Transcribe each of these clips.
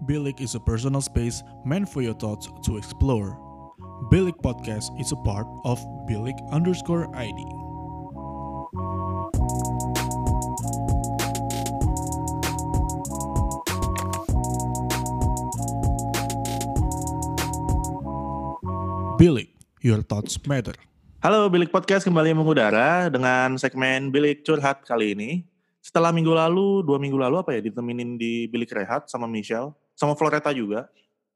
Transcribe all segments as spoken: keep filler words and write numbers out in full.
Bilik is a personal space meant for your thoughts to explore. Bilik Podcast is a part of Bilik underscore I D. Bilik, your thoughts matter. Halo, Bilik Podcast kembali mengudara dengan segmen Bilik Curhat kali ini. Setelah minggu lalu, dua minggu lalu apa ya, ditemenin di Bilik Rehat sama Michelle, sama Floreta juga.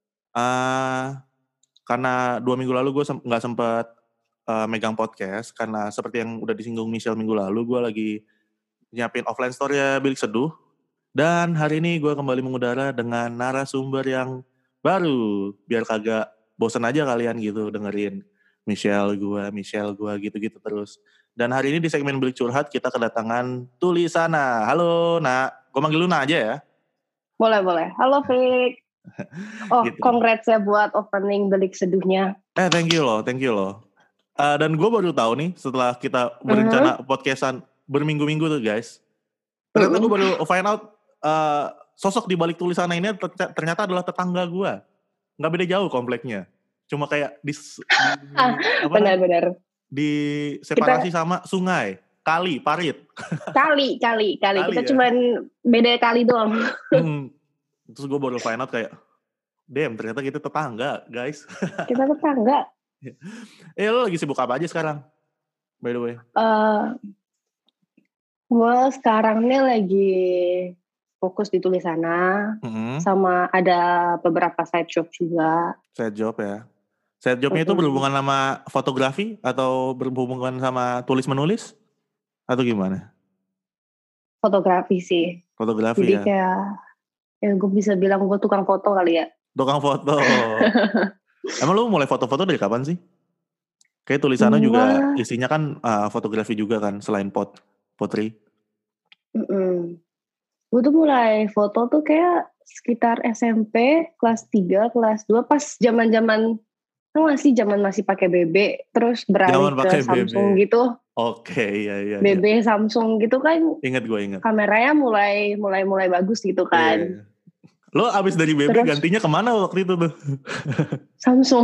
Uh, karena dua minggu lalu gue sem- gak sempat uh, megang podcast, karena seperti yang udah disinggung Michelle minggu lalu, gue lagi nyiapin offline store ya Bilik Seduh. Dan hari ini gue kembali mengudara dengan narasumber yang baru, biar kagak bosan aja kalian gitu dengerin Michelle gue, Michelle gue gitu-gitu terus. Dan hari ini di segmen Bilik Curhat kita kedatangan Tulisana. Halo Nak, gue manggil lu Nak aja ya. Boleh, boleh. Halo Fik. Oh, Gitu. congrats ya buat opening Bilik Seduhnya. Eh thank you loh, thank you loh. Uh, dan gue baru tahu nih setelah kita berencana uh-huh. podcastan berminggu-minggu tuh guys. Ternyata uh-huh. gue baru find out uh, sosok di balik Tulisana ini ternyata adalah tetangga gue. Gak beda jauh kompleknya. Cuma kayak di, di apa benar-benar di separasi kita, sama sungai, kali, parit. Kali, kali, kali. kali kita ya? Cuman beda kali doang. Hmm. Terus gue baru find out kayak, damn ternyata kita tetangga, guys. Kita tetangga. Eh lo lagi sibuk apa aja sekarang? By the way. Uh, gue sekarang nih lagi fokus di Tulisana, mm-hmm. sama ada beberapa side job juga. Side job ya. Side jobnya mm-hmm. itu berhubungan sama fotografi atau berhubungan sama tulis menulis atau gimana? Fotografi sih. Fotografi Jadi ya. Jadi kayak, ya gue bisa bilang gue tukang foto kali ya. Tukang foto. Emang lu mulai foto-foto dari kapan sih? Kayak Tulisana Gua... juga isinya kan uh, fotografi juga kan selain pot, potri. Mm-mm. Gue tuh mulai foto tuh kayak sekitar S M P kelas tiga, kelas dua pas zaman-zaman kan masih zaman masih pakai B B terus beralih ke Samsung B B. Gitu. Oke, okay, iya iya. B B iya. Samsung gitu kan. Ingat gue ingat. Kameranya mulai mulai mulai bagus gitu kan. Iya, iya. Lo abis dari B B terus, gantinya kemana waktu itu tuh? Samsung.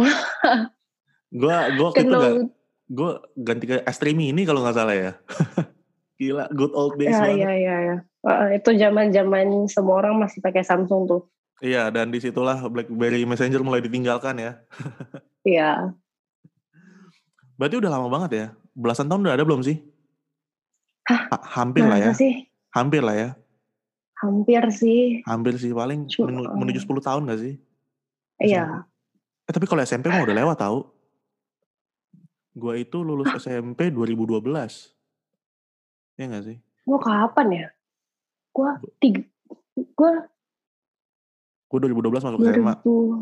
gue gue waktu itu gak, gue ganti ke S tiga Mini kalau nggak salah ya. Gila, good old days ya, banget. Iya iya iya. Uh, itu zaman-zaman semua orang masih pakai Samsung tuh. Iya, dan disitulah BlackBerry Messenger mulai ditinggalkan ya. Iya. Berarti udah lama banget ya? Belasan tahun udah ada belum sih? Hah? Ha- hampir lah ya? Sih? Hampir lah ya? Hampir sih. Hampir sih, paling men- menuju sepuluh tahun gak sih? Iya. Eh tapi kalau S M P mah udah lewat tau. Gue itu lulus Hah? S M P dua ribu dua belas. Iya gak sih? Gue kapan ya? Gue tiga... Gue... Gue dua ribu dua belas masuk S M A.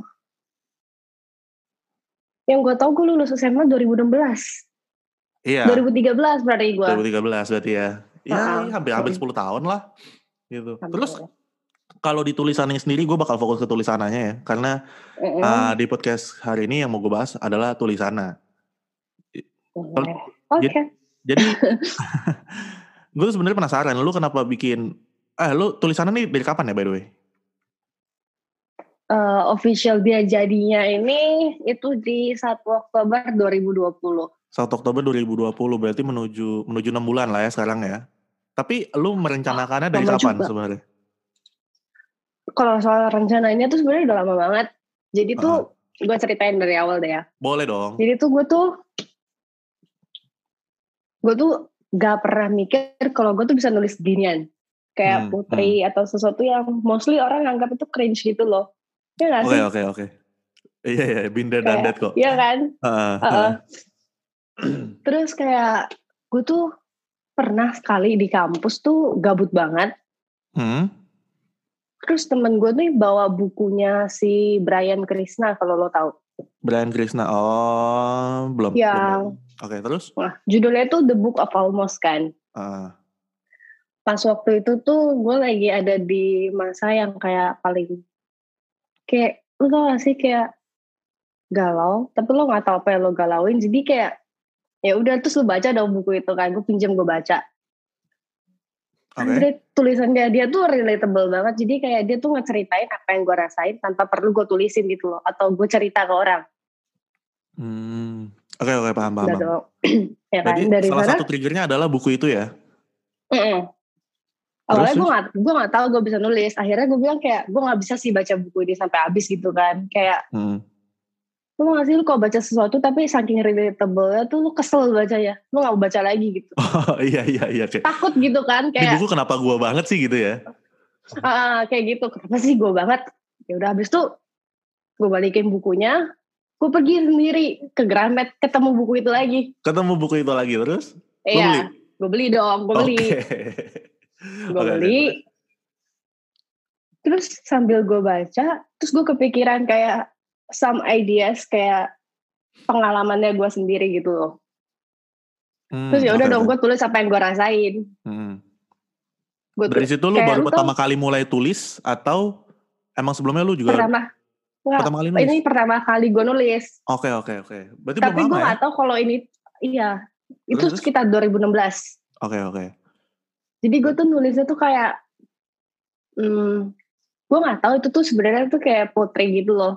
Yang gue tau gue lulus S M A dua ribu enam belas. Iya. dua ribu tiga belas berarti gue. dua ribu tiga belas berarti ya. Ya uh-huh. hampir-hampir sepuluh tahun lah. Gitu. Hampir. Terus kalau di tulisannya sendiri gue bakal fokus ke tulisananya ya. Karena uh-huh. uh, di podcast hari ini yang mau gue bahas adalah Tulisana. Oke. Okay. Jadi gue tuh sebenarnya penasaran, lu kenapa bikin, eh lu Tulisana nih dari kapan ya by the way? Uh, official dia jadinya ini itu di satu Oktober dua ribu dua puluh. satu Oktober dua ribu dua puluh berarti menuju menuju enam bulan lah ya sekarang ya. Tapi lu merencanakannya dari lama kapan juga. Sebenarnya? Kalau soal rencananya tuh sebenarnya udah lama banget. Jadi tuh uh-huh. gue ceritain dari awal deh ya. Boleh dong. Jadi tuh gue tuh gue tuh gak pernah mikir kalau gue tuh bisa nulis ginian. Kayak hmm, putri hmm. atau sesuatu yang mostly orang anggap itu cringe gitu loh. Iya gak sih? Oke oke oke. Iya iya, binder dan that kok. Iya kan? Uh, uh-uh. Terus kayak gue tuh pernah sekali di kampus tuh gabut banget. Hmm? Terus temen gue tuh bawa bukunya si Brian Krishna kalau lo tahu. Brian Krishna, oh belum. Yang, Oke okay, terus? Wah, judulnya tuh The Book of Almost kan. Uh. Pas waktu itu tuh gue lagi ada di masa yang kayak paling kayak lo tau gak sih kayak galau, tapi lo nggak tahu apa yang lo galauin, jadi kayak ya udah terus lo baca dong buku itu kan, gue pinjam gue baca. Oke. Andre tulisannya dia tuh relatable banget. Jadi kayak dia tuh ngeceritain apa yang gue rasain tanpa perlu gue tulisin gitu loh. Atau gue cerita ke orang. Hmm. Oke oke paham paham. Udah paham. dong. Ya kan, Berarti dari salah sana. satu triggernya adalah buku itu ya? Mm-mm. Awalnya gue gak, gue gak tahu gue bisa nulis. Akhirnya gue bilang kayak, gue gak bisa sih baca buku ini sampai habis gitu kan. Kayak, Hmm. lu gak sih lu kalau baca sesuatu tapi saking relatable-nya tuh lu kesel bacanya. Lu gak mau baca lagi gitu. Oh iya iya iya. Kayak, Takut gitu kan. ini Kayak, buku kenapa gue banget sih gitu ya? uh, kayak gitu. Kenapa sih gue banget? Ya udah habis tuh, gue balikin bukunya. Gue pergi sendiri ke Gramet, ketemu buku itu lagi. Ketemu buku itu lagi terus? Lo beli? Iya, gue beli dong, gue beli. Oke. Gue Oke, beli. oke. Terus sambil gue baca, terus gue kepikiran kayak some ideas kayak pengalamannya gue sendiri gitu loh. Hmm, Terus ya udah oke, dong, oke. gue tulis apa yang gue rasain. Hmm. Gua Dari tuh, situ lu kayak baru lu pertama tau, kali mulai tulis atau emang sebelumnya lu juga pertama, enggak, pertama kali nulis? ini pertama kali gue nulis. Oke oke oke. Berarti Tapi belum gue lama ya? gak tahu kalau ini, iya, itu Terus, terus? sekitar dua ribu enam belas. Oke oke. Jadi gue tuh nulisnya tuh kayak, hmm, gue gak tahu itu tuh sebenarnya tuh kayak poetry gitu loh.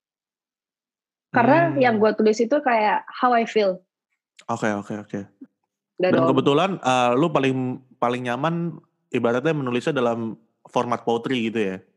Karena Hmm. yang gue tulis itu kayak how I feel. Oke oke oke. Udah Dan dong. kebetulan uh, lu paling paling nyaman ibaratnya menulisnya dalam format poetry gitu ya?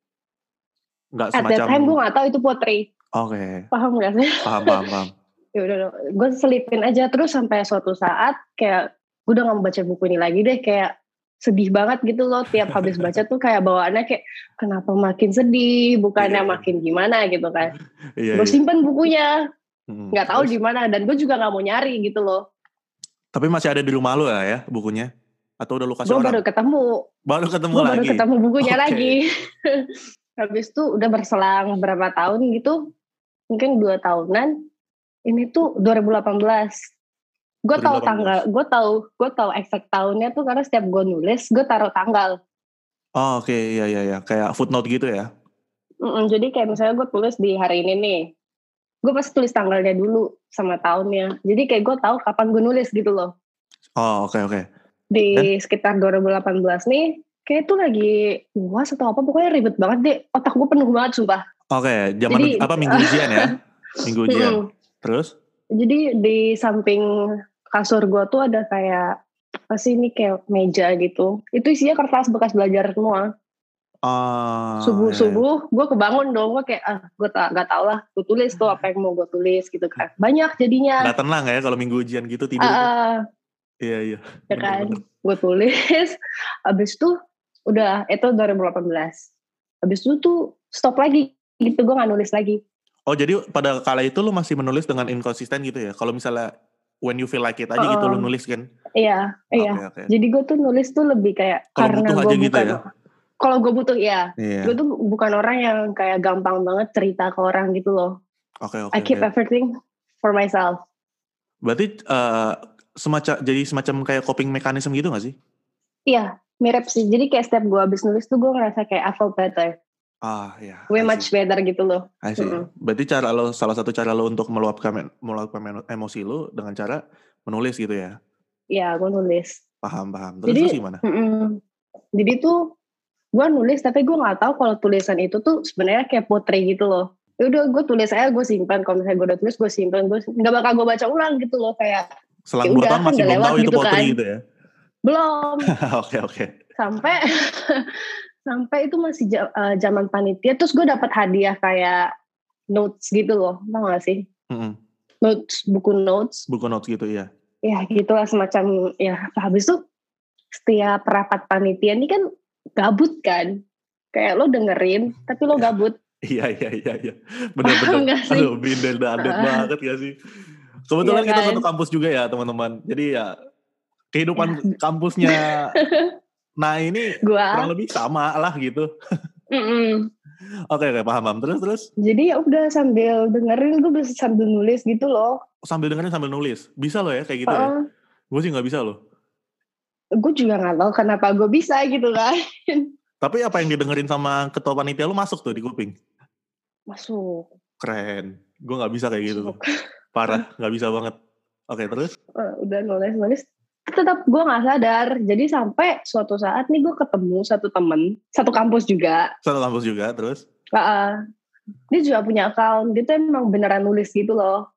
Nggak At that semacam. time gue gak tahu itu poetry. Oke. Paham gak sih? Paham paham paham. Ya udah dong. Gue selipin aja terus sampai suatu saat kayak gue udah gak mau baca buku ini lagi deh, kayak sedih banget gitu loh. Tiap habis baca tuh kayak bawaannya kayak kenapa makin sedih, bukannya Iya. makin gimana gitu kan. Iya Gue iya. simpen bukunya, Hmm, nggak tahu terus? di mana, dan gue juga nggak mau nyari gitu loh. Tapi masih ada di rumah lu lah ya bukunya? Atau udah lu kasih Gue orang? baru ketemu, Baru ketemu gue lagi? baru ketemu bukunya Oke. lagi. Habis itu udah berselang berapa tahun gitu, mungkin dua tahunan. Ini tuh dua ribu delapan belas. Gue tahu dua ribu delapan belas. tanggal, gue tahu, gue tahu exact tahunnya tuh karena setiap gue nulis, gue taruh tanggal. Oh oke, okay. iya iya iya, kayak footnote gitu ya? Mm-mm, jadi kayak misalnya gue tulis di hari ini nih, gue pasti tulis tanggalnya dulu sama tahunnya. Jadi kayak gue tahu kapan gue nulis gitu loh. Oh oke okay, oke. Okay. Di Dan? Sekitar dua ribu delapan belas nih, kayak itu lagi uas atau apa, pokoknya ribet banget deh. Otak gue penuh banget sumpah. Oke, okay, zaman Jadi, apa minggu ujian ya? Minggu ujian. Terus? Jadi di samping kasur gue tuh ada kayak apa sih ini, kayak meja gitu. Itu isinya kertas bekas belajar semua. Oh, Subuh-subuh gue kebangun dong, gue kayak ah gue tak gak tau lah, gue tulis tuh apa yang mau gue tulis gitu kan. Banyak jadinya. Gak tenang ya kalau minggu ujian gitu tidur. Uh, iya iya. Ya kan, gue tulis. Abis itu udah itu dua ribu delapan belas. Abis itu tuh stop lagi gitu, gue gak nulis lagi. Oh jadi pada kala itu lu masih menulis dengan inkonsisten gitu ya? Kalau misalnya when you feel like it aja uh, gitu lu nulis kan? Iya, iya. Okay, okay. Jadi gue tuh nulis tuh lebih kayak kalo karena gue bukan. Gitu ya? Kalau gue butuh ya, yeah. Gue tuh bukan orang yang kayak gampang banget cerita ke orang gitu loh. Oke okay, oke. Okay, I keep okay. everything for myself. Berarti uh, semacam jadi semacam kayak coping mechanism gitu gak sih? Iya, mirip sih. Jadi kayak setiap gue habis nulis tuh gue ngerasa kayak I feel better. Ah ya. Way much better gitu loh. I see. Mm-hmm. Berarti cara lo, salah satu cara lo untuk meluapkan meluapkan emosi lo dengan cara menulis gitu ya? Iya, gue nulis. Paham paham. Terus, jadi, terus gimana? Mm-mm. Jadi tuh gue nulis tapi gue nggak tahu kalau tulisan itu tuh sebenarnya kayak poetry gitu loh. Ya udah gue tulis aja, gue simpan. Kalau misalnya gue udah tulis gue simpan, gue nggak bakal gue baca ulang gitu loh, kayak. Selang dua tahun masih belum tahu itu gitu poetry kan. gitu ya? Belum. Oke oke. Sampai sampai itu masih uh, zaman panitia, terus gue dapat hadiah kayak notes gitu loh, tau gak sih? Mm-hmm. Notes, buku notes. Buku notes gitu ya? Ya gitulah semacam, ya habis itu setiap rapat panitia ini kan gabut kan, kayak lo dengerin tapi lo gabut. Iya iya iya iya, benar-benar. Aduh, binder dadet uh, banget gak sih? Kebetulan iya kita kan? Satu kampus juga ya teman-teman, jadi ya kehidupan ya. Kampusnya. Nah ini gua kurang lebih sama lah gitu. Oke oke paham paham. Terus terus. Jadi ya udah sambil dengerin gue bisa sambil nulis gitu loh. Sambil dengerin sambil nulis, bisa loh ya kayak gitu uh, ya? Gue sih nggak bisa loh. Gue juga nggak tahu kenapa gue bisa gitu kan. Tapi apa yang didengerin sama ketua panitia lu masuk tuh di kuping? Masuk. Keren. Gue nggak bisa kayak gitu. Parah, nggak bisa banget. Oke terus? Uh, udah nulis nulis. tetap gue nggak sadar. Jadi sampai suatu saat nih gue ketemu satu temen, satu kampus juga. Satu kampus juga, terus? Uh, dia juga punya account, dia tuh emang beneran nulis gitu loh.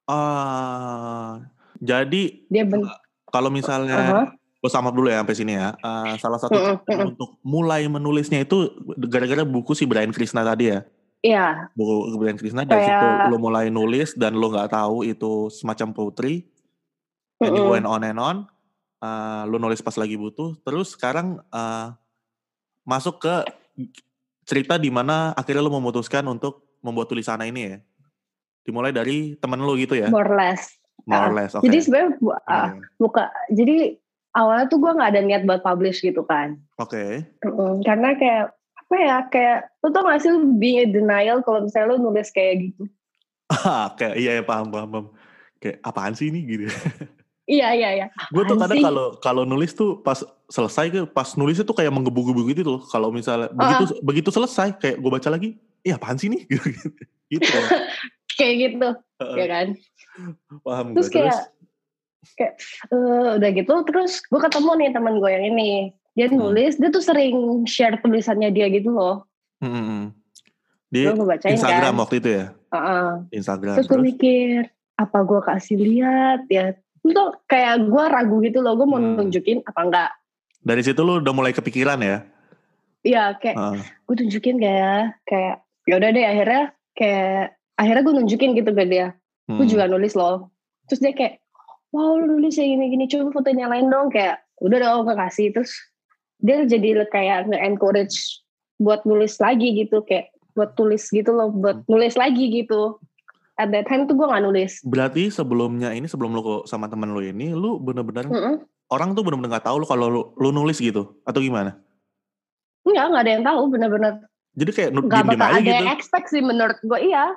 Ah, jadi dia ben- kalau misalnya, uh-huh. gue sama dulu ya sampai sini ya. Uh, salah satu uh-uh, uh-uh. untuk mulai menulisnya itu gara-gara buku si Brian Krishna tadi ya. Iya. Buku Brian Krishna dari Kayak... situ lo mulai nulis dan lo nggak tahu itu semacam poetry. And uh-uh. you went on and on. Uh, lo nulis pas lagi butuh. Terus sekarang uh, masuk ke cerita di mana akhirnya lo memutuskan untuk membuat tulisan ini ya. Dimulai dari temen lo gitu ya. More or less. More or less. Uh, okay. Jadi sebenarnya uh, okay. buka. Jadi awalnya tuh gue nggak ada niat buat publish gitu kan. Oke. Okay. Uh, karena kayak apa ya, kayak lo tau gak sih being in denial kalau misalnya lo nulis kayak gitu. Ah, kayak iya ya paham paham paham. Kayak apaan sih ini gitu. Iya iya iya. Gue tuh kadang kalau kalau nulis tuh pas selesai ke pas nulisnya tuh kayak menggebu-gebu gitu loh. Kalau misalnya uh-uh. begitu begitu selesai kayak gue baca lagi, iya apaan sih nih gitu. Gitu. Kayak gitu, uh-uh. ya kan. Paham. Terus gue. kayak terus? kayak uh, udah gitu terus gue ketemu nih teman gue yang ini. Dia nulis, hmm. dia tuh sering share tulisannya dia gitu loh. Hmm. Di bacain, Instagram kan? Waktu itu ya? Uh-uh. Instagram. Terus, terus gue mikir, apa gue kasih lihat ya? Itu kayak gue ragu gitu loh, gue mau hmm. nunjukin apa enggak. Dari situ lu udah mulai kepikiran ya? Iya, kayak uh. gue tunjukin gak ya? Kayak, yaudah deh akhirnya, kayak, akhirnya gue nunjukin gitu ke dia. Hmm. Gue juga nulis loh. Terus dia kayak, wow lu nulis ya gini-gini, coba fotonya lain dong. Kayak, udah dong gue kasih. Terus dia jadi kayak nge-encourage buat nulis lagi gitu, kayak buat tulis gitu loh, buat nulis lagi gitu. At that time tuh gue gak nulis. Berarti sebelumnya ini, sebelum lu sama temen lu ini, lu bener-bener, mm-hmm. orang tuh bener-bener gak tahu lu kalau lu, lu nulis gitu? Atau gimana? Enggak, gak ada yang tahu bener-bener. Jadi kayak diem-diem aja gitu? Gak bakal ada yang expect sih menurut gue, iya.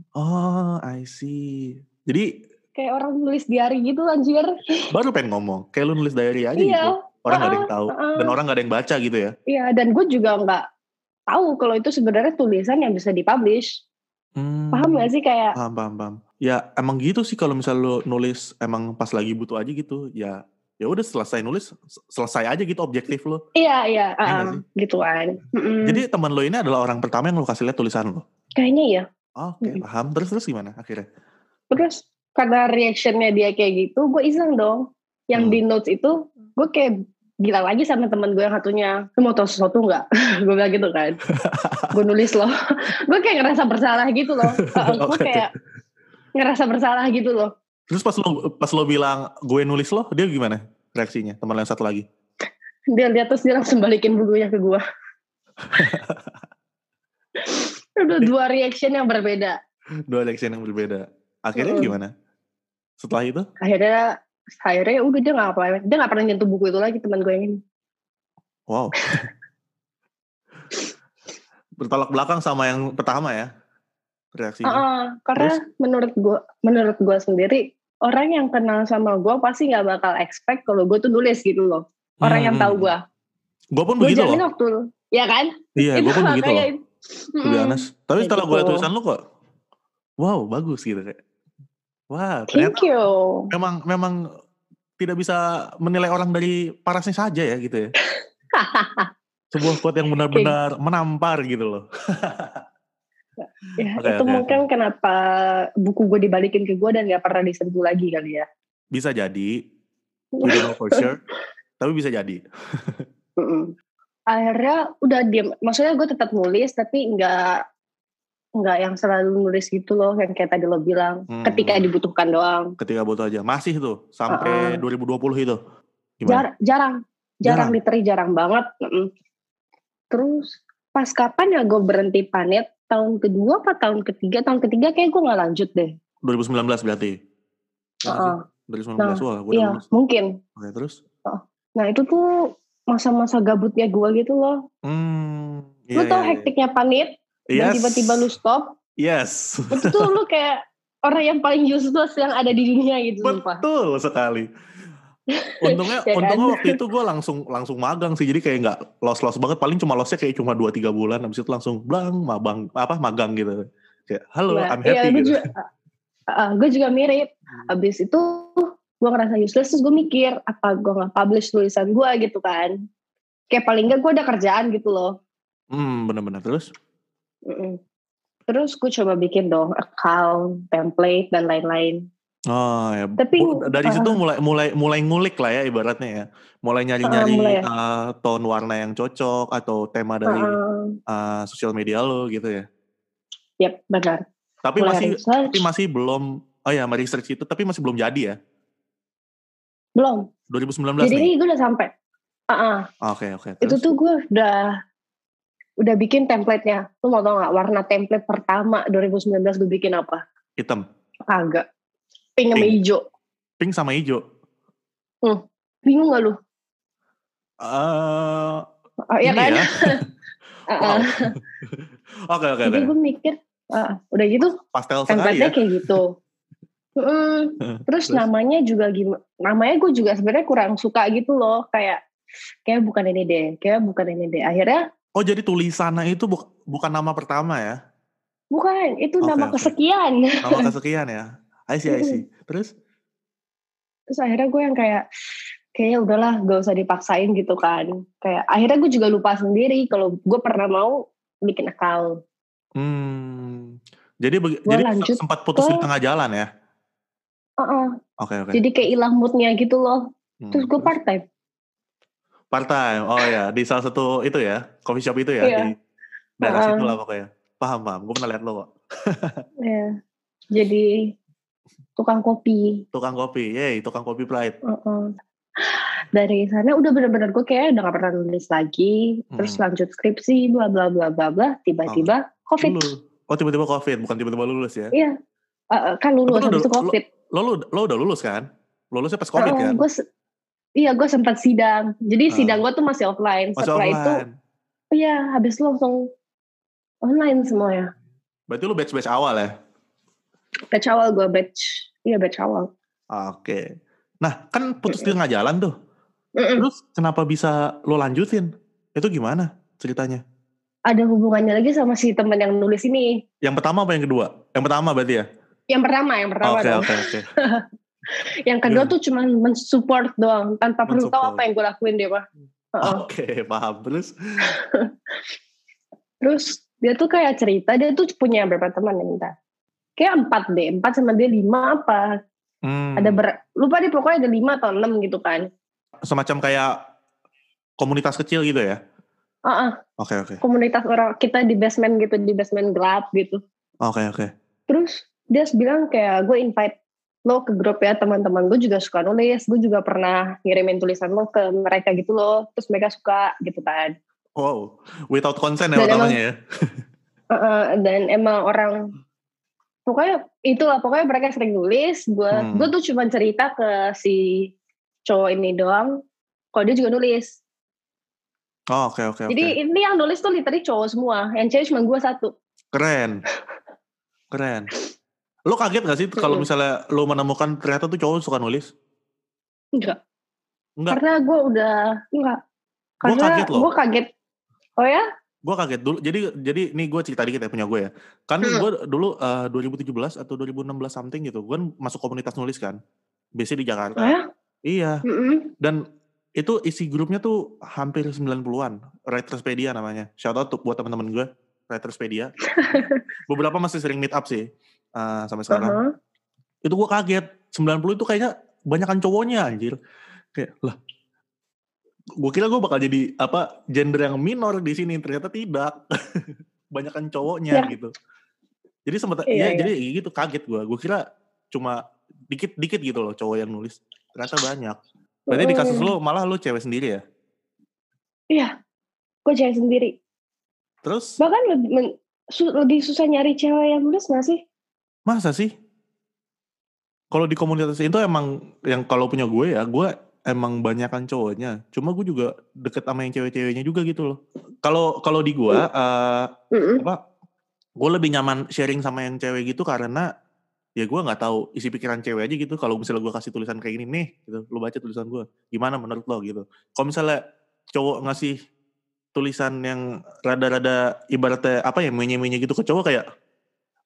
Oh, I see. Jadi kayak orang nulis diary gitu anjir. Baru pengen ngomong, kayak lu nulis diary aja iya. gitu. Orang uh-uh, gak ada yang tahu, uh-uh. dan orang gak ada yang baca gitu ya? Iya, dan gue juga gak tahu kalau itu sebenarnya tulisan yang bisa dipublish. Hmm, paham gak sih kayak? Paham, paham, paham. Ya emang gitu sih kalau misalnya lu nulis emang pas lagi butuh aja gitu, ya ya udah selesai nulis, selesai aja gitu objektif lu. Iya, iya, uh, gitu kan. Mm-mm. Jadi teman lu ini adalah orang pertama yang lu kasih lihat tulisan lu? Kayaknya iya. Oke, okay, paham. Terus-terus gimana akhirnya? Terus karena reactionnya dia kayak gitu, gue iseng dong. Yang hmm. di notes itu, gue kayak bilang lagi sama temen gue yang satunya, lu mau tahu sesuatu gak? Gue bilang gitu kan. Gue nulis loh. Gue kayak ngerasa bersalah gitu loh. Uh, gue kayak ngerasa bersalah gitu loh. Terus pas lo pas lo bilang gue nulis loh, dia gimana reaksinya? Teman yang satu lagi? Dia lihat terus dia langsung balikin bukunya ke gue. Udah dua reaction yang berbeda. Dua reaction yang berbeda. Akhirnya uh. gimana? Setelah itu? Akhirnya akhirnya udah dia nggak apa-apa. Dia nggak pernah nyentuh buku itu lagi teman gue yang ini. Wow. Bertolak belakang sama yang pertama ya reaksinya. Uh, karena Terus? menurut gue, menurut gue sendiri orang yang kenal sama gue pasti nggak bakal expect kalau gue tuh nulis gitu loh. Orang hmm. yang tahu gue. Gue pun begitu loh. Gue jamin waktu, ya kan? Iya, gue pun begitu loh. To be honest. Tapi ya setelah gitu. gue liat tulisan lu kok, wow bagus gitu kayak. Wah, thank you. Memang memang tidak bisa menilai orang dari parasnya saja ya gitu ya. Sebuah quote yang benar-benar okay. menampar gitu loh. Ya, okay, itu okay, mungkin okay. kenapa buku gue dibalikin ke gue dan gak pernah disentuh lagi kali ya. Bisa jadi, we don't know for sure, tapi bisa jadi. Akhirnya udah diam, maksudnya gue tetap nulis tapi gak, gak yang selalu nulis gitu loh, yang kayak tadi lo bilang, hmm. ketika dibutuhkan doang. Ketika butuh aja, masih tuh, sampai uh-uh. dua ribu dua puluh itu? Jar- jarang, jarang, jarang literally jarang banget. Terus pas kapan ya gue berhenti panit? Tahun kedua apa tahun ketiga? Tahun ketiga kayak gue gak lanjut deh. dua ribu sembilan belas berarti? Uh-uh. dua ribu sembilan belas, nah, wah gue iya, udah mungkin. Oke, terus? Uh, nah itu tuh masa-masa gabutnya gue gitu loh. Hmm, iya, lu tau iya, hektiknya panit, yes. dan tiba-tiba lu stop. Yes. Itu tuh lu kayak orang yang paling useless yang ada di dunia gitu. Betul sumpah. Sekali. Untungnya, ya kan? untungnya waktu itu gue langsung langsung magang sih, jadi kayak nggak los-los banget, paling cuma losnya kayak cuma dua tiga bulan, habis itu langsung blang mabang apa magang gitu, kayak halo nah, I'm happy iya, gitu. Juga, uh, gue juga mirip, habis itu gue ngerasa useless, terus gue mikir apa gue nggak publish tulisan gue gitu kan, kayak paling nggak gue ada kerjaan gitu loh. Hmm, benar-benar. Terus? Mm-mm. Terus gue coba bikin dong account, template dan lain-lain. Oh ya, Tapi dari situ uh, mulai mulai mulai ngulik lah ya ibaratnya ya, mulai uh, nyari-nyari mulai uh, tone warna yang cocok atau tema dari uh, uh, sosial media lo gitu ya. yep, benar. Tapi Mulai masih tapi research, masih belum, oh ya, research itu tapi masih belum jadi ya. belum. dua ribu sembilan belas Jadi nih. ini gue udah sampai. Uh-uh. Oke oke. Itu Terus? tuh gue udah udah bikin template-nya. Lu mau tau gak warna template pertama dua ribu sembilan belas gue bikin apa? Hitam. Agak. Pink sama Pink. hijau. Pink sama hijau. Hmm. Bingung gak lu? Uh, Oh, iya ini kan? ya. uh-uh. Wow. Oke oke Jadi oke. gue mikir, uh, udah gitu Pastel sekali template-nya ya. kayak gitu. Mm. Terus, Terus? namanya juga gimana? Namanya gue juga sebenarnya kurang suka gitu loh, kayak kayak bukan ini deh, kayak bukan ini deh. Akhirnya Oh jadi tulisannya itu bu- bukan nama pertama ya? bukan, itu Oke nama oke. kesekian. Nama kesekian ya. I see I see. Terus? Terus akhirnya gue yang kayak kayaknya udahlah gak usah dipaksain gitu kan. Kayak akhirnya gue juga lupa sendiri kalau gue pernah mau bikin account. Hmm. Jadi beg- Gue jadi lanjut sempat putus ke di tengah jalan ya? uh-uh. Oke oke. Jadi kayak hilang moodnya gitu loh. Hmm, Terus gue terus? part time. Part time. Oh ya, di salah satu itu ya, coffee shop itu ya, Iya. di daerah Uh-uh. situ lah pokoknya. Paham paham. Gue pernah lihat lo kok. Iya. Jadi tukang kopi. Tukang kopi. Yeay, tukang kopi pride. Uh-uh. Dari sana udah bener-bener gue kayak udah gak pernah nulis lagi. Terus Hmm. lanjut skripsi bla bla bla bla bla. Tiba-tiba COVID. Lulus. Oh tiba-tiba COVID, bukan tiba-tiba lulus ya? Iya. Uh, kan lulus Tapi lo habis itu udah- COVID. Lo, lo, lo udah lulus kan? Lulusnya pas COVID Uh, kan? gue se- iya gue sempat sidang. Jadi Ah. sidang gue tuh masih offline. Masih Setelah itu, offline. iya habis itu langsung online semuanya. Berarti lo batch-batch awal ya? Batch awal gue batch, iya batch awal. Oke. Nah kan putus di tengah jalan tuh. Mm-mm. Terus kenapa bisa lo lanjutin? Itu gimana ceritanya? Ada hubungannya lagi sama si teman yang nulis ini. Yang pertama apa yang kedua? Yang pertama berarti ya? Yang pertama, yang pertama Oke dong. oke oke. Yang kedua Gimana? tuh cuma mensupport doang, tanpa perlu tahu Mensupport. apa yang gue lakuin dia mah. Uh-uh. Oke paham. Terus? Terus dia tuh kayak cerita, dia tuh punya berapa teman ya minta? Kayak empat deh, empat sama dia lima apa? Hmm. Ada ber, lupa deh pokoknya ada lima atau enam gitu kan. Semacam kayak komunitas kecil gitu ya? Uh-uh. Oke oke. Komunitas orang kita di basement gitu, di basement gelap gitu. Oke oke. Terus dia bilang kayak gue invite lo ke grup ya, teman-teman gue juga suka nulis, gue juga pernah ngirimin tulisan lo ke mereka gitu loh, terus mereka suka gitu kan. Wow, without consent ya Dan pertamanya emang- ya? Uh-uh, dan emang orang pokoknya itulah, pokoknya mereka sering nulis, gue Hmm. gue tuh cuma cerita ke si cowok ini doang, kalau dia juga nulis. Oh, oke oke oke. Jadi ini yang nulis tuh literally cowok semua, yang cewek cuma gue satu. Keren. Keren. Lo kaget gak sih kalau Mm-mm. misalnya lo menemukan ternyata tuh cowok suka nulis? Enggak. Enggak. Karena gue udah enggak. Gua Karena kaget loh. gue kaget. Oh ya? Gue kaget dulu. Jadi jadi nih gue cerita dikit ya punya gue ya. Kan Hmm. gue dulu uh, dua ribu tujuh belas atau dua ribu enam belas something gitu. Gue kan masuk komunitas nulis kan. Biasanya di Jakarta. Oh ya? Iya. Mm-mm. Dan itu isi grupnya tuh hampir sembilan puluhan. Writerspedia namanya. Shout out tuh buat teman-teman gue. Writerspedia. Beberapa masih sering meet up sih. Uh, sampai sekarang. Uh-huh. Itu gue kaget. sembilan puluh itu kayaknya banyakan cowoknya anjir. Kayak lah. Gue kira gue bakal jadi apa gender yang minor di sini, ternyata tidak. Banyakan cowoknya Ya. gitu. Jadi sempat Iya, ya, iya. jadi gitu kaget gue. Gue kira cuma dikit-dikit gitu loh cowok yang nulis. Ternyata banyak. Berarti di kasus lo malah lo cewek sendiri ya? Iya. Gue cewek sendiri. Terus Bahkan lebih, men- su- lebih susah nyari cewek yang nulis gak sih? masa sih? Kalau di komunitas itu emang yang kalau punya gue ya, gue emang banyakan cowoknya. Cuma gue juga deket sama yang cewek-ceweknya juga gitu loh. Kalau kalau di gue, uh, Mm-mm. apa? Gue lebih nyaman sharing sama yang cewek gitu karena ya gue nggak tahu isi pikiran cewek aja gitu. Kalau misalnya gue kasih tulisan kayak gini nih, gitu, lo baca tulisan gue, gimana menurut lo gitu. Kalau misalnya cowok ngasih tulisan yang rada-rada ibaratnya apa ya menye-menye gitu ke cowok kayak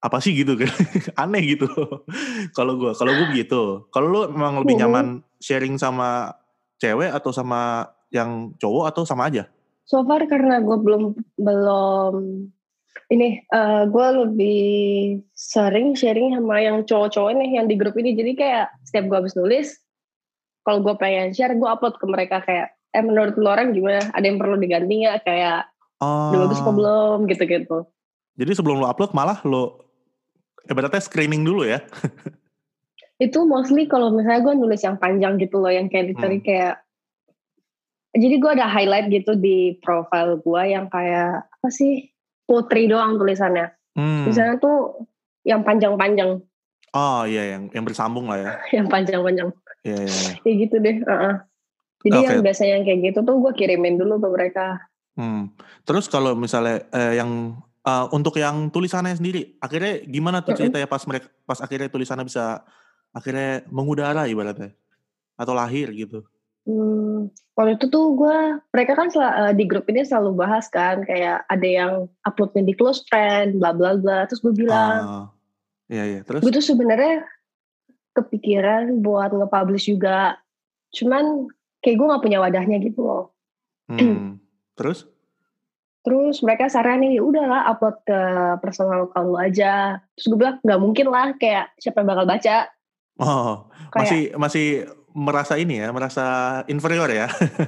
apa sih gitu kan. Aneh gitu. Kalau gue, kalau gue begitu. Kalau lu memang lebih Mhm. nyaman sharing sama cewek atau sama yang cowok atau sama aja? So far karena gue belum belum ini eh gue lebih sering sharing sama yang cowok-cowok nih yang di grup ini. Jadi kayak setiap gue habis nulis, kalau gue pengen share, gue upload ke mereka kayak, eh menurut lo orang gimana? Ada yang perlu diganti nggak? Kayak udah bagus apa Oh, belum? Gitu-gitu. jadi sebelum lu upload malah lu ibaratnya screening dulu ya? Itu mostly kalau misalnya gue nulis yang panjang gitu loh, yang kayak literally Hmm. kayak, jadi gue ada highlight gitu di profile gue yang kayak apa sih, putri doang tulisannya. Hmm. Tulisannya tuh yang panjang-panjang, Oh iya, yang yang bersambung lah ya. yang panjang-panjang. Iya iya iya. Kayak gitu deh. uh-uh. Jadi Oke. yang biasanya yang kayak gitu tuh gue kirimin dulu ke mereka. Hmm. Terus kalau misalnya eh, yang eh, untuk yang tulisannya sendiri, akhirnya gimana tuh Mm-mm. ceritanya pas mereka pas akhirnya tulisannya bisa akhirnya mengudara ibaratnya atau lahir gitu? Hmm, waktu itu tuh gue, mereka kan sel- eh, di grup ini selalu bahas kan, kayak ada yang uploadnya di close friend, bla bla bla. Terus gue bilang, Ah, iya iya. Terus? gue tuh sebenarnya kepikiran buat nge-publish juga, cuman kayak gue nggak punya wadahnya gitu loh. Hmm. Terus? Terus mereka saranin, ya udahlah upload ke personal account lu aja. Terus gue bilang nggak mungkin lah, kayak siapa yang bakal baca? Oh, Kayak masih masih merasa ini ya, merasa inferior ya?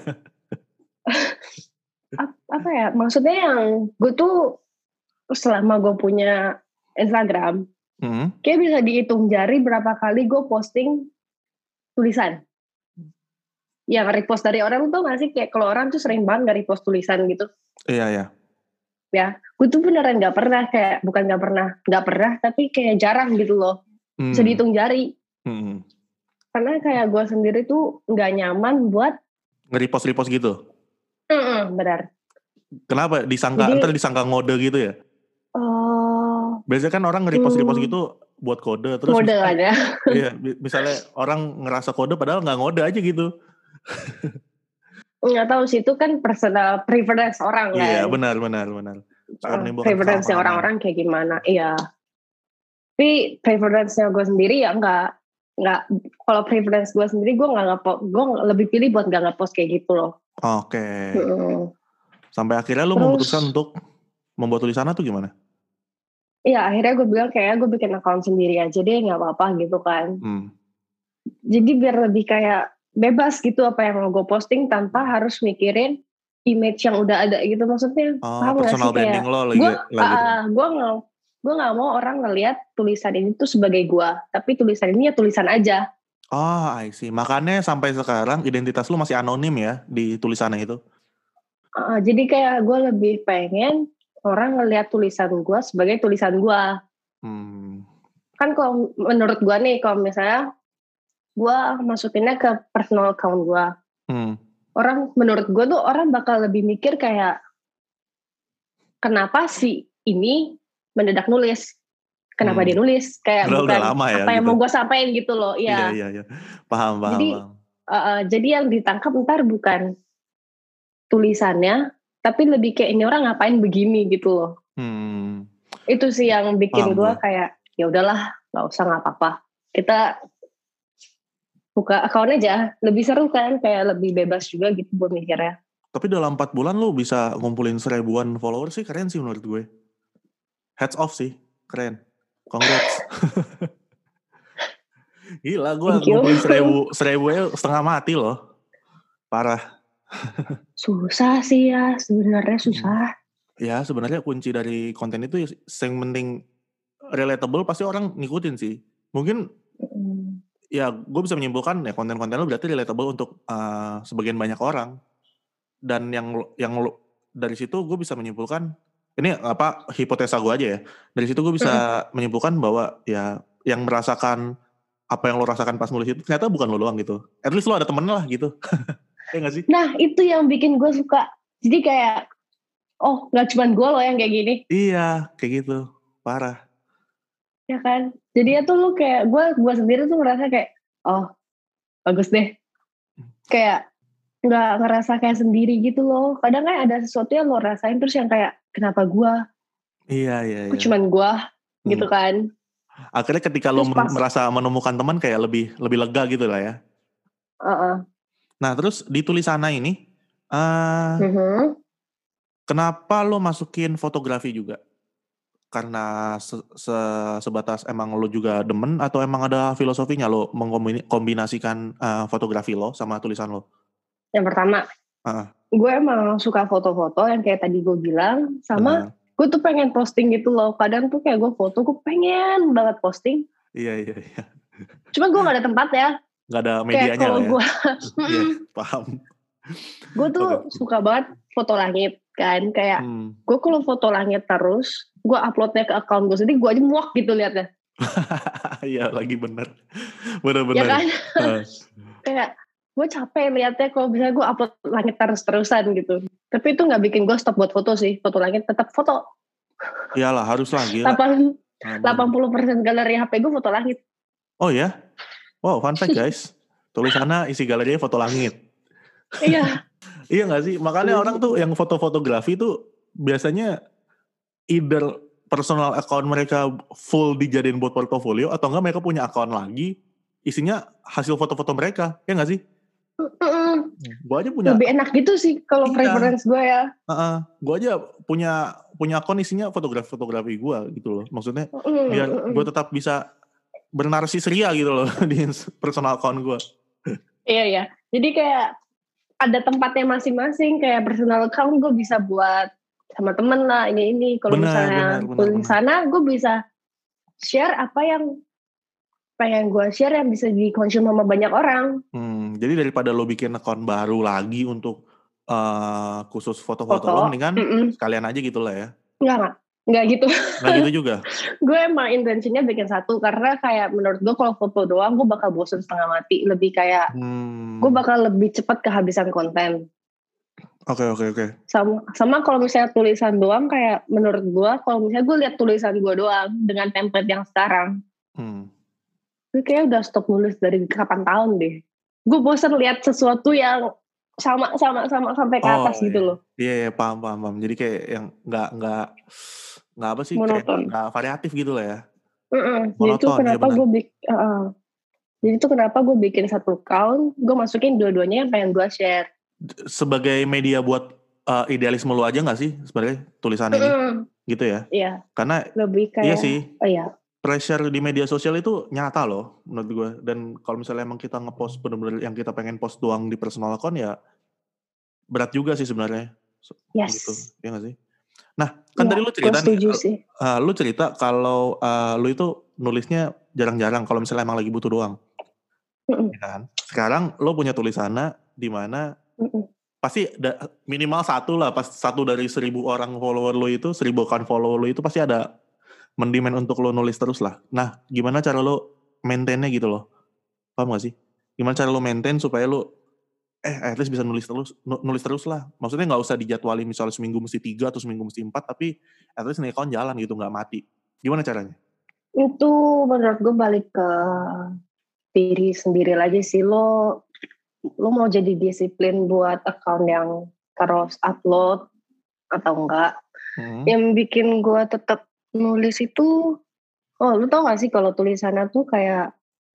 ap- apa ya? Maksudnya yang gue tuh selama gue punya Instagram, Hmm. kayak bisa dihitung jari berapa kali gue posting tulisan. Yang repost dari orang tuh gak sih, kayak kalau orang tuh sering banget gak repost tulisan gitu. Iya iya. Ya, gue tuh beneran gak pernah, kayak bukan gak pernah, gak pernah, tapi kayak jarang gitu loh. Bisa Hmm. dihitung jari. Hmm. Karena kayak gue sendiri tuh gak nyaman buat, Nge-repost repost gitu. mm benar. Kenapa? Disangka Jadi, ntar disangka ngode gitu ya? oh, Biasanya kan orang nge-repost repost hmm, gitu buat kode terus ngode misalnya aja. iya, bi- misalnya orang ngerasa kode padahal nggak ngode aja gitu. Nggak tahu sih, itu kan personal preference orang Iya, kan. benar benar benar. Suka Uh, menimbulkan preference-nya kesalahpahaman. orang-orang kayak gimana. Iya. Tapi preference-nya gue sendiri ya enggak. Nggak, kalau preference gue sendiri gue nggak ngepost, gue lebih pilih buat nggak ngepost kayak gitu loh. Oke. Mm. Sampai akhirnya lu memutuskan Terus untuk membuat tulisan tuh gimana? ya akhirnya gue bilang kayak gue bikin account sendiri aja deh, nggak apa-apa gitu kan. Hmm. Jadi biar lebih kayak bebas gitu apa yang mau gue posting tanpa harus mikirin image yang udah ada gitu, maksudnya Oh, paham gak personal sih, branding kayak lo gue lagi lah gitu. uh, gue nggak gue nggak mau orang ngelihat tulisan ini tuh sebagai gue, tapi tulisan ini ya tulisan aja. Oh, I see. Makanya sampai sekarang identitas lu masih anonim ya di tulisannya itu. Uh, jadi kayak gue lebih pengen orang ngelihat tulisan gue sebagai tulisan gue. Hmm. Kan kalau menurut gue nih, kalau misalnya gue masukinnya ke personal account gue, Hmm. orang menurut gue tuh orang bakal lebih mikir kayak, kenapa si ini mendadak nulis? Kenapa Hmm. dia nulis? Kayak Padahal udah bukan lama ya apa yang gitu. mau gue sampaikan gitu loh. Iya, Ya. iya, iya. Paham, paham, Jadi paham. uh, uh, jadi yang ditangkap ntar bukan tulisannya, tapi lebih kayak ini orang ngapain begini gitu loh. Hmm. Itu sih yang bikin Paham gue gue. kayak, ya udahlah, nggak usah, nggak apa-apa. Kita buka account aja, lebih seru kan, kayak lebih bebas juga gitu buat mikirnya. Tapi dalam empat bulan lu bisa ngumpulin seribuan followers sih, keren sih menurut gue. Heads off sih, keren. Congrats. Gila, gue Thank you. ngumpulin seribu, seribu ya setengah mati loh. Parah. Susah sih ya, sebenarnya susah. Ya sebenarnya kunci dari konten itu yang penting relatable, pasti orang ngikutin sih. Mungkin Hmm. ya gue bisa menyimpulkan ya konten-konten lo berarti relatable untuk uh, sebagian banyak orang. Dan yang yang lo, dari situ gue bisa menyimpulkan, ini apa hipotesa gue aja ya. Dari situ gue bisa menyimpulkan bahwa ya yang merasakan apa yang lo rasakan pas nulis itu ternyata bukan lo doang gitu. At least lo ada temen lah gitu. Ya gak sih? Nah itu yang bikin gue suka. Jadi kayak, oh gak cuma gue loh yang kayak gini. Iya, kayak gitu. Parah. Ya kan? Jadi ya tuh lu kayak, gue gue sendiri tuh ngerasa kayak, oh bagus deh. Kayak gak ngerasa kayak sendiri gitu loh. Kadang kan ada sesuatu yang lo rasain terus yang kayak, kenapa gue? Iya, iya, Kok iya. cuman gue? gitu Hmm. kan. Akhirnya ketika lo Terus men- pas, merasa menemukan teman kayak lebih lebih lega gitu lah ya. uh-uh. Nah terus di tulisannya ini, eh Mhm. kenapa lo masukin fotografi juga? Karena se- se- sebatas emang lo juga demen atau emang ada filosofinya lo mengkombinasikan eh, fotografi lo sama tulisan lo? Yang pertama, Ah, gue emang suka foto-foto yang kayak tadi gue bilang, sama benar. gue tuh pengen posting gitu loh. Kadang tuh kayak gue foto, gue pengen banget posting. Iya iya iya. Cuma gue gak ada tempat ya. Nggak ada Kayak medianya kalau lah ya. gue, Iya paham. gue tuh Oke. suka banget foto langit kan. Kayak Hmm. gue kalau foto langit terus, gue uploadnya ke account gue sendiri, gue aja muak gitu liatnya. Iya lagi bener. Ya Bener-bener. kan? Ah. Kayak gue capek liatnya kalau misalnya gue upload langit terus-terusan gitu. Tapi itu gak bikin gue stop buat foto sih. Foto langit tetap foto. Iyalah harus lah gila. delapan Ah, bener. delapan puluh persen galeri H P gue foto langit. Oh ya? Wow fun fact guys. Tulisannya isi galerinya foto langit. Iya. Iya gak sih? Makanya orang tuh yang foto-fotografi tuh biasanya either personal account mereka full dijadiin buat portofolio atau enggak mereka punya account lagi isinya hasil foto-foto mereka. Ya gak sih? Mm-mm. Gue aja punya Lebih enak gitu sih kalau Iya. preference gue ya. uh, gue aja punya punya akun isinya fotografi-fotografi gue gitu loh. Maksudnya Mm-mm, biar mm-mm. gue tetap bisa bernarasi ceria gitu loh di personal account gue. Iya ya. Jadi kayak ada tempatnya masing-masing. Kayak personal account gue bisa buat sama temen lah ini ini. Kalau Benar, misalnya benar, benar, benar. tulisannya gue bisa share apa yang pengen gue share yang bisa dikonsum sama banyak orang. Hmm, jadi daripada lo bikin account baru lagi untuk uh, khusus foto-foto lo, Foto. mendingan Mm-mm. sekalian aja gitu lah ya. Enggak enggak. Enggak gitu. Nggak gitu juga. Gue emang intensinya bikin satu karena kayak menurut gue kalau foto doang gue bakal bosen setengah mati. Lebih kayak Hmm. gue bakal lebih cepat kehabisan konten. Oke oke oke. Sama sama kalau misalnya tulisan doang kayak menurut gue kalau misalnya gue lihat tulisan gue doang dengan template yang sekarang, Hmm. gue kayak udah stop nulis dari kapan tahun deh. Gue bosen lihat sesuatu yang sama sama sama sampai ke atas Oh, gitu iya. loh. Iya, iya paham, paham, paham. Jadi kayak yang nggak nggak nggak apa sih, kayak Monoton. nggak variatif gitu lah ya. Mm-mm. Jadi itu Monoton, iya kenapa benar. gue bikin, uh, jadi itu kenapa gue bikin satu account, gue masukin dua-duanya yang pengen gue share. Sebagai media buat uh, idealisme lu aja nggak sih sebenarnya tulisan ini, Mm-mm. gitu ya? Iya. Karena Lebih kayak. iya sih, Oh iya. pressure di media sosial itu nyata loh menurut gue. Dan kalau misalnya emang kita ngepost bener-bener yang kita pengen post doang di personal account ya berat juga sih sebenarnya. So, Yes. gitu, ya nggak sih? Nah, kan Iya, tadi lu gue cerita nih, setuju sih. uh, lu cerita kalau uh, lu itu nulisnya jarang-jarang kalau misalnya emang lagi butuh doang. Mm-mm. Ya kan? Sekarang lu punya tulisannya di mana Mm-mm. pasti da, minimal satu lah, pas satu dari seribu orang follower lu itu, seribu account follower lu itu pasti ada mendemand untuk lu nulis terus lah. Nah, gimana cara lu maintain-nya gitu loh? Paham gak sih? Gimana cara lu maintain supaya lu eh at least bisa nulis terus, nu- nulis terus lah. Maksudnya nggak usah dijadwalin misalnya seminggu mesti tiga atau seminggu mesti empat, tapi at least nih account jalan gitu, nggak mati. Gimana caranya? Itu menurut gue balik ke diri sendiri lagi sih. Lo lo mau jadi disiplin buat account yang terus upload atau enggak. Hmm. Yang bikin gue tetap nulis itu, oh lu tau gak sih kalau tulisannya tuh kayak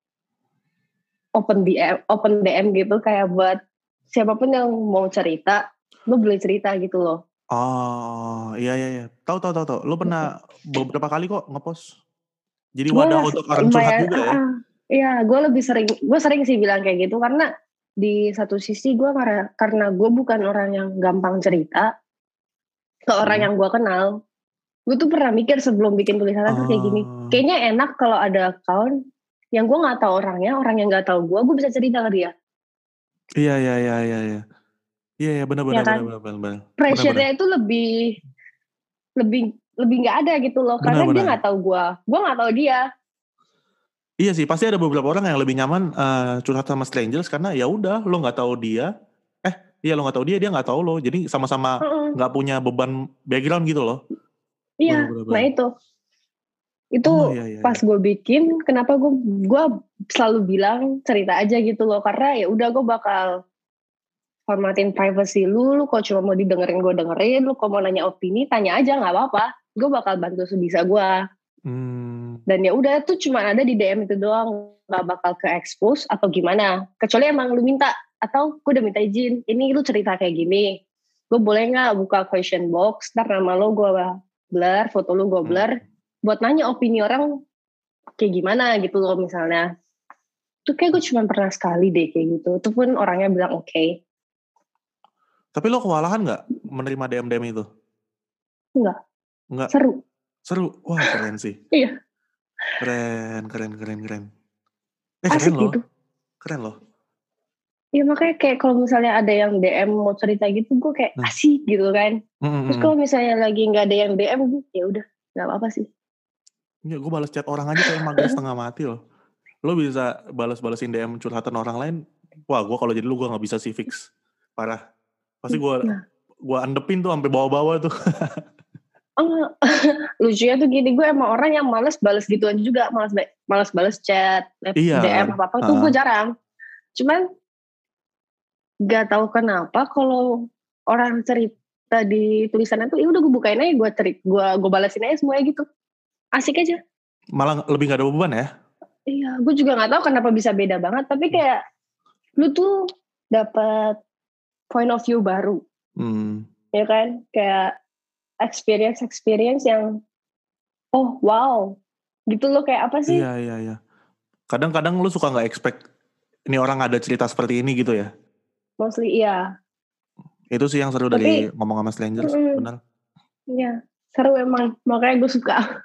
open D M, open D M gitu, kayak buat siapapun yang mau cerita, lu boleh cerita gitu loh. Oh iya iya iya, tahu tahu tahu tahu. Lu pernah beberapa kali kok ngepost. Jadi Gue wadah untuk orang curhat lumayan, juga ya. ah, ah. Iya, gue lebih sering, gue sering sih bilang kayak gitu karena di satu sisi gue karena karena gue bukan orang yang gampang cerita ke orang Hmm. yang gue kenal. Gue tuh pernah mikir sebelum bikin tulisan tuh kayak gini, Ah. kayaknya enak kalau ada account yang gue nggak tahu orangnya, orang yang nggak tahu gue, gue bisa cerita ke dia. Iya iya iya iya iya. Iya iya benar benar Ya kan? benar benar benar. Pressure-nya itu lebih lebih lebih nggak ada gitu loh, karena Benar, dia benar. nggak tahu gue, gue nggak tahu dia. Iya sih, pasti ada beberapa orang yang lebih nyaman eh, curhat sama strangers karena ya udah lo nggak tahu dia, eh iya lo nggak tahu dia, dia nggak tahu lo, jadi sama-sama Mm-mm. nggak punya beban background gitu loh. Iya, Benar, benar, nah benar. itu itu Oh iya iya. pas iya. gue bikin, kenapa gue gue selalu bilang cerita aja gitu loh, karena ya udah gue bakal hormatin privacy lu, lu kok cuma mau didengerin gue dengerin, lu kok mau nanya opini tanya aja nggak apa-apa, gue bakal bantu sebisa gue. Hmm. Dan ya udah tuh cuma ada di D M itu doang, nggak bakal ke expose atau gimana. Kecuali emang lu minta, atau gue udah minta izin, ini lu cerita kayak gini, gue boleh nggak buka question box, ntar nama lo gue blur, foto lu gue blur, Hmm. buat nanya opini orang kayak gimana gitu loh misalnya. Tuh kayak gue cuma pernah sekali deh kayak gitu, itu pun orangnya bilang oke. Okay. Tapi lo kewalahan nggak menerima D M D M itu? Enggak, Enggak. seru. Seru. Wah keren sih. Iya. Keren, keren, keren, keren. Eh Asik keren loh. gitu. Keren loh. Iya makanya kayak kalau misalnya ada yang D M mau cerita gitu, gue kayak Nah. asik gitu kan. Mm-mm. Terus kalau misalnya lagi nggak ada yang D M, ya udah nggak apa-apa sih. Ya, gue balas chat orang aja kayak mager setengah mati loh. Lo bisa balas-balasin D M curhatan orang lain. Wah gue kalau jadi lu gue nggak bisa sih fix. Parah. Pasti gue Nah. gue andepin tuh sampai bawah-bawah tuh. Oh, lucunya tuh gini, gue emang orang yang males balas gituan juga, males males balas chat, Iya, D M kan? apa apa tuh Ah. gue jarang. Cuman gak tahu kenapa kalau orang cerita di tulisannya tuh, ya udah gue bukain aja, gue cerit, gue gue balasin aja semuanya gitu, asik aja. Malah lebih gak ada beban ya? Iya, gue juga nggak tahu kenapa bisa beda banget, tapi kayak lu tuh dapat point of view baru, Hmm. ya kan? Kayak experience experience yang oh wow gitu loh, kayak apa sih? Iya iya iya. Kadang-kadang lu suka nggak expect ini orang ada cerita seperti ini gitu ya? Mostly iya. Itu sih yang seru Tapi, dari ngomong sama strangers, mm, benar. Iya, seru emang, makanya gue suka.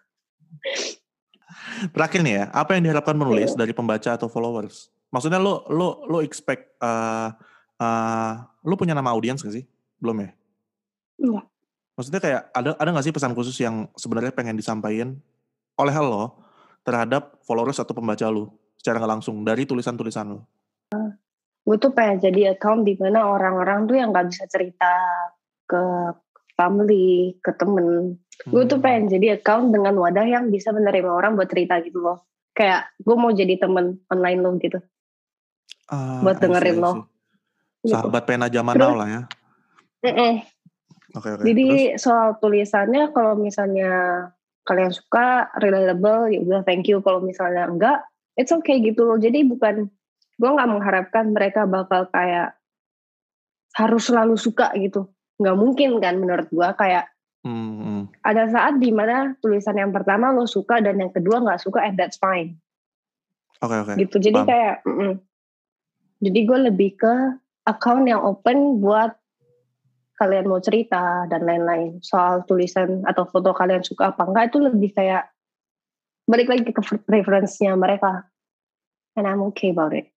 Terakhir nih ya, apa yang diharapkan menulis dari pembaca atau followers? Maksudnya lo lo lo expect uh, uh, lo punya nama audiens gak sih? Belum ya? Enggak. Maksudnya kayak ada ada nggak sih pesan khusus yang sebenarnya pengen disampaikan oleh lo terhadap followers atau pembaca lo secara nggak langsung dari tulisan-tulisan lo? Gue tuh pengen jadi account di mana orang-orang tuh yang nggak bisa cerita ke family, ke temen. Hmm. Gue tuh pengen jadi account dengan wadah yang bisa menerima orang buat cerita gitu loh. Kayak gue mau jadi temen online lo gitu. Ah, buat dengerin lo. Gitu. Sahabat pena zaman now lah ya. Mm-mm. Oke oke. Jadi Terus? soal tulisannya kalau misalnya kalian suka, relatable, ya udah thank you. Kalau misalnya enggak, it's okay gitu loh. Jadi bukan, gue nggak mengharapkan mereka bakal kayak harus selalu suka gitu. Nggak mungkin kan menurut gue, kayak hmm. ada saat dimana tulisan yang pertama lo suka dan yang kedua nggak suka, and that's fine. Oke oke. Gitu. Jadi Paham. kayak, mm-mm. jadi gue lebih ke account yang open buat kalian mau cerita dan lain-lain. Soal tulisan atau foto kalian suka apa enggak, itu lebih kayak balik lagi ke preference-nya mereka. And I'm okay about it.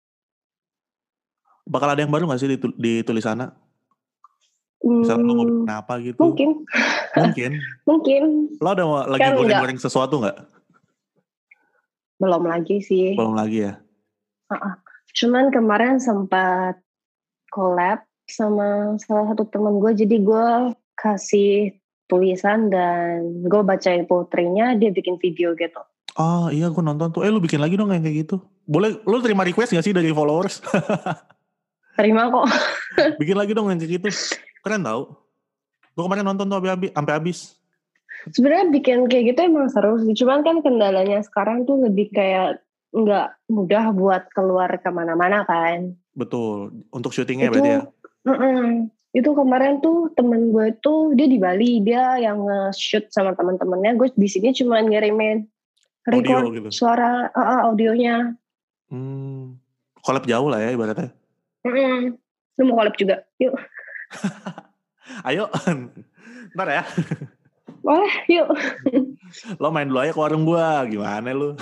Bakal ada yang baru gak sih di, di tulisannya? Hmm, Misalnya lo mau bikin apa gitu? Mungkin. Mungkin? Mungkin. Lo ada lagi kan goreng-goreng sesuatu gak? Belum lagi sih. Belum lagi ya? Uh-uh. Cuman kemarin sempat collab sama salah satu teman gue, jadi gue kasih tulisan dan gue bacain poetry-nya, dia bikin video gitu. Oh iya, gue nonton tuh. Eh lu bikin lagi dong yang kayak gitu. Boleh, lu terima request gak sih dari followers? Terima kok. Bikin lagi dong yang kayak gitu. Keren tau. Gue kemarin nonton tuh sampai habis. Sebenarnya bikin kayak gitu emang seru sih. Cuman kan kendalanya sekarang tuh lebih kayak nggak mudah buat keluar kemana-mana kan. Betul. Untuk syutingnya itu, berarti ya? Uh-uh. Itu kemarin tuh temen gue tuh dia di Bali, dia yang nge-shoot sama teman-temannya. Gue di sini cuma ngirimin record audio gitu. Suara uh, audionya. Hmm. Collab jauh lah ya ibaratnya. Mm-mm. Lu mau collab juga? Yuk. Ayo. Ntar ya. Boleh, yuk. Lo main dulu aja ke warung gua. Gimana lu?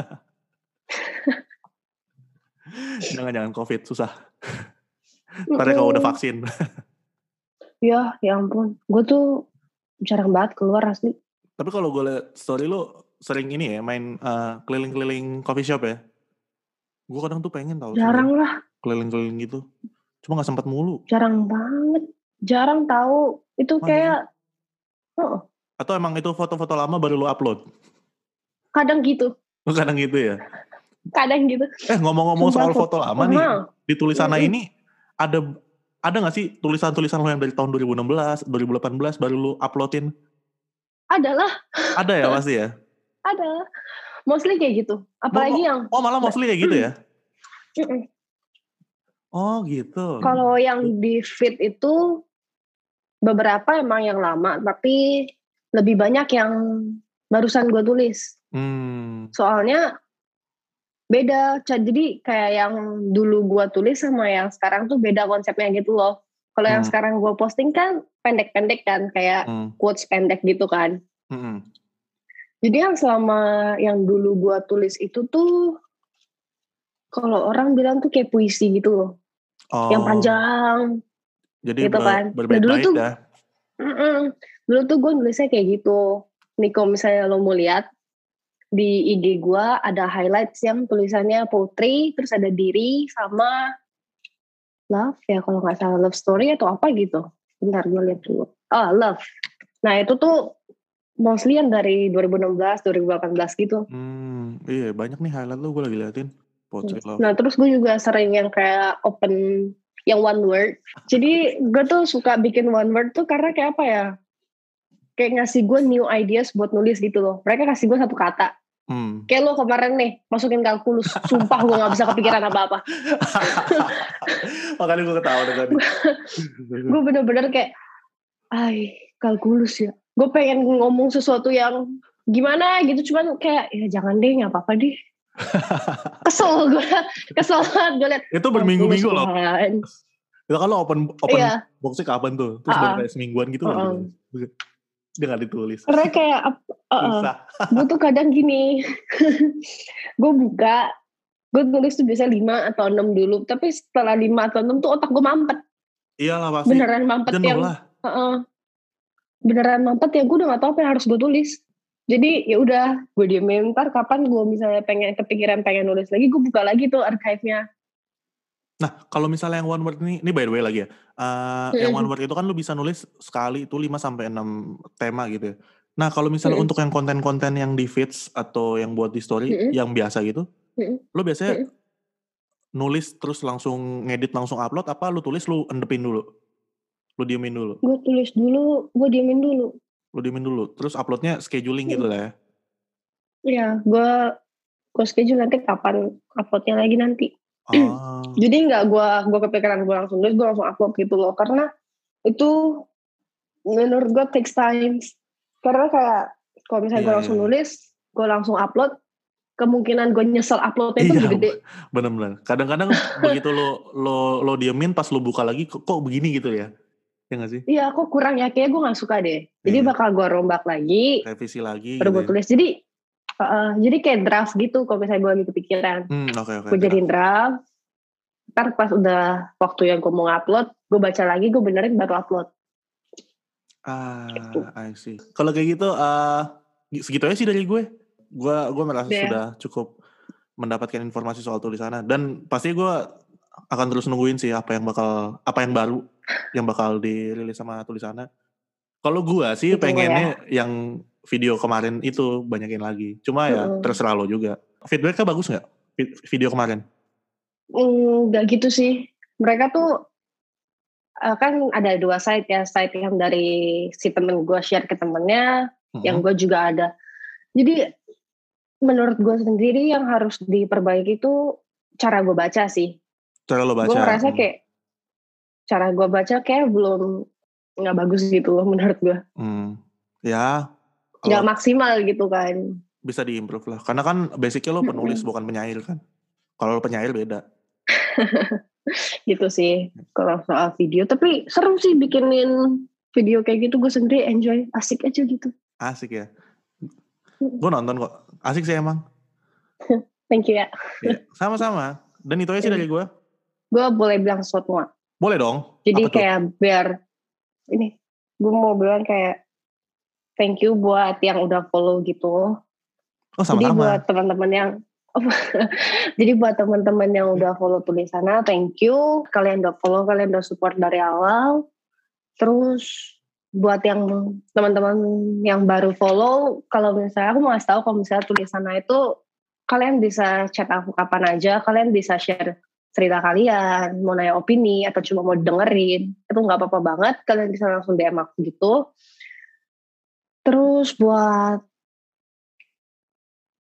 Jangan-jangan COVID susah. Ntar ya kalau udah vaksin. Ya, ya ampun. Gue tuh jarang banget keluar asli. Tapi kalau gue liat story lu sering ini ya, main uh, keliling-keliling coffee shop ya. Gue kadang tuh pengen tahu. Jarang sebenernya. lah. Keliling-keliling gitu. Cuma gak sempat mulu. Jarang banget. Jarang tahu. Itu Mana kayak... Oh. Atau emang itu foto-foto lama baru lu upload? Kadang gitu. Oh, kadang gitu ya? Kadang gitu. Eh ngomong-ngomong soal foto lama nih. Di tulisannya mm-hmm. ini ada ada gak sih tulisan-tulisan lo yang dari tahun dua ribu enam belas, dua ribu delapan belas baru lu uploadin? Adalah. Ada ya pasti ya? ada. Mostly kayak gitu. Apalagi oh, yang oh malah mostly kayak gitu ya? Mm-mm. Oh gitu. Kalau yang di feed itu beberapa emang yang lama, tapi lebih banyak yang barusan gue tulis. Hmm. Soalnya beda. Jadi kayak yang dulu gue tulis sama yang sekarang tuh beda konsepnya gitu loh. Kalau yang Hmm. sekarang gue posting kan pendek-pendek kan, kayak Hmm. quotes pendek gitu kan. Hmm. Jadi yang selama yang dulu gue tulis itu tuh, kalau orang bilang tuh kayak puisi gitu loh. Oh. Yang panjang. Jadi Gitu ber- kan. Nah dulu berbait-bait tuh, ya. mm-mm. dulu tuh gue nulisnya kayak gitu. Nih kalau misalnya lo mau lihat, di I G gue ada highlights yang tulisannya poetry, terus ada diri sama love ya, kalau nggak salah love story atau apa gitu. Bentar gue lihat dulu. Oh, love. Nah itu tuh mostly yang dari dua ribu enam belas, dua ribu delapan belas gitu. Hmm, iya banyak nih highlight lo gue lagi liatin. Poetry love. Nah terus gue juga sering yang kayak open yang one word. Jadi gue tuh suka bikin one word tuh karena kayak apa ya, kayak ngasih gue new ideas buat nulis gitu loh. Mereka kasih gue satu kata. Hmm. Kayak lo kemarin nih masukin kalkulus, sumpah gue nggak bisa kepikiran apa-apa. Makanya gue ketawa dengan Gue bener-bener kayak, ay kalkulus ya. Gue pengen ngomong sesuatu yang gimana gitu, cuman kayak ya jangan deh, nggak apa-apa deh. Kesel gue, kesel banget gue liat. Itu berminggu-minggu loh. Tuhan. Itu kan lo open open Iya. boxnya kapan tuh? Terus Uh-uh. baru kayak semingguan gitu Uh-uh. lagi. Dia gak ditulis. Karena kayak uh-uh. gue tuh kadang gini, gue buka, gue tulis tuh biasanya lima atau enam dulu, tapi setelah lima atau enam tuh otak gue mampet. Iyalah pasti. Beneran mampet Jenuh yang lah. uh-uh. Beneran mampet ya, gue udah gak tahu apa yang harus gue tulis. Jadi ya udah gue diemin, ntar kapan gue misalnya pengen kepikiran pengen nulis lagi, gue buka lagi tuh archive-nya. Nah kalau misalnya yang one word ini, ini by the way lagi ya, uh, Mm-mm. yang one word itu kan lu bisa nulis sekali itu lima sampai enam tema gitu ya. Nah kalau misalnya Mm-mm. untuk yang konten-konten yang di feeds atau yang buat di story Mm-mm. yang biasa gitu, Mm-mm. lu biasanya Mm-mm. nulis terus langsung ngedit langsung upload, apa lu tulis lu endepin dulu? Lu diemin dulu? Gue tulis dulu, gue diemin dulu. Lu diemin dulu, terus uploadnya scheduling gitu lah ya? Iya, gue gue schedule nanti kapan uploadnya lagi nanti. Oh. Jadi nggak gue gue kepikiran gue langsung nulis, gue langsung upload gitu loh, karena itu menurut gue takes time. Karena kayak kalau misalnya Iya, gue langsung iya. nulis, gue langsung upload, kemungkinan gue nyesel uploadnya itu Iya, lebih gede. bener-bener. Kadang-kadang begitu lo lo lo diemin, pas lo buka lagi kok, kok begini gitu ya? Ya nggak sih? Iya, kok kurang ya, kayaknya gue nggak suka deh. Jadi Iya. bakal gue rombak lagi, Revisi lagi baru gitu gue ya? tulis. Jadi uh, jadi kayak draft gitu kalau misalnya gue lagi kepikiran. Hmm, oke oke. Gue jadiin draft. Ntar pas udah waktu yang gue mau upload, gue baca lagi, gue benerin baru upload. Ah, Gitu. I see. Kalau kayak gitu, uh, segitu aja sih dari gue. Gue gue merasa Yeah. sudah cukup mendapatkan informasi soal tulisannya, dan pasti gue akan terus nungguin sih apa yang bakal apa yang baru yang bakal dirilis sama tulisannya. Kalau gue sih Ditunggu pengennya ya. Yang video kemarin itu banyakin lagi. Cuma ya Mm-mm. terserah lo juga. Feedbacknya bagus nggak video kemarin? Mm, gak gitu sih. Mereka tuh uh, kan ada dua site ya, site yang dari si temen gue share ke temennya, mm-hmm. yang gue juga ada. Jadi menurut gue sendiri yang harus diperbaiki itu cara gue baca sih. Cara lo baca. Gue ngerasa hmm. kayak cara gue baca kayak belum nggak bagus gitu loh menurut gue. Hmm. Ya. Nggak maksimal gitu kan. Bisa diimprove lah. Karena kan basicnya lo penulis, mm-hmm. bukan penyair kan. Kalau lo penyair beda. Gitu sih kalau soal video. Tapi seru sih bikinin video kayak gitu, gue sendiri enjoy, asik aja gitu. Asik ya. Gue nonton kok. Asik sih emang. Thank you ya. Ya, sama-sama. Dan itu aja sih dari gue. Gue boleh bilang sesuatu gak? Boleh dong. Jadi apa kayak tuh? biar ini, gue mau bilang kayak thank you buat yang udah follow gitu. Oh, sama-sama. Jadi buat teman-teman yang jadi buat teman-teman yang udah follow tulisannya, thank you. Kalian udah follow, kalian udah support dari awal. Terus buat yang teman-teman yang baru follow, kalau misalnya aku mau kasih tahu kalau misalnya tulisannya itu kalian bisa chat aku kapan aja, kalian bisa share cerita kalian, mau nanya opini atau cuma mau dengerin, itu nggak apa-apa banget, kalian bisa langsung D M aku gitu. Terus buat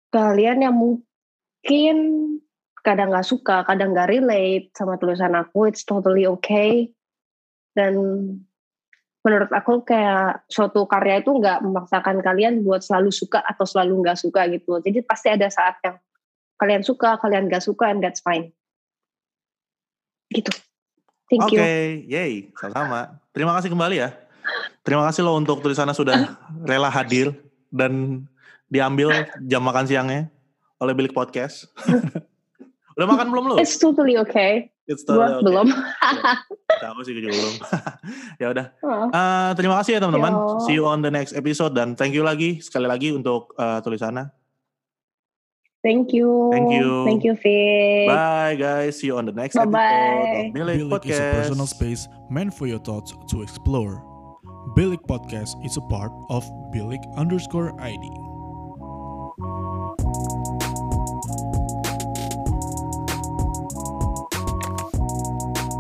kalian yang mungkin kadang nggak suka, kadang nggak relate sama tulisan aku, it's totally okay. Dan menurut aku kayak suatu karya itu nggak memaksakan kalian buat selalu suka atau selalu nggak suka gitu. Jadi pasti ada saat yang kalian suka, kalian nggak suka, and that's fine. Gitu. Thank Oke, you. okay. Yay, sama-sama. Terima kasih kembali ya. Terima kasih loh untuk tulisannya sudah rela hadir dan diambil jam makan siangnya oleh Bilik Podcast. Udah makan belum lu? It's totally okay. It's totally Gua okay. belum. Aku sih juga belum. Ya udah. Oh. Uh, terima kasih ya teman-teman. Yo. See you on the next episode dan thank you lagi sekali lagi untuk uh, tulisannya. Thank you. Thank you. Thank you, Vic. Bye guys. See you on the next Bye-bye. episode of Bilik Bilik is a Podcast. personal space meant for your thoughts to explore. Bilik Podcast is a part of Bilik underscore I D.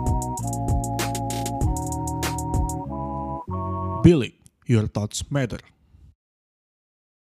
Bilik, your thoughts matter.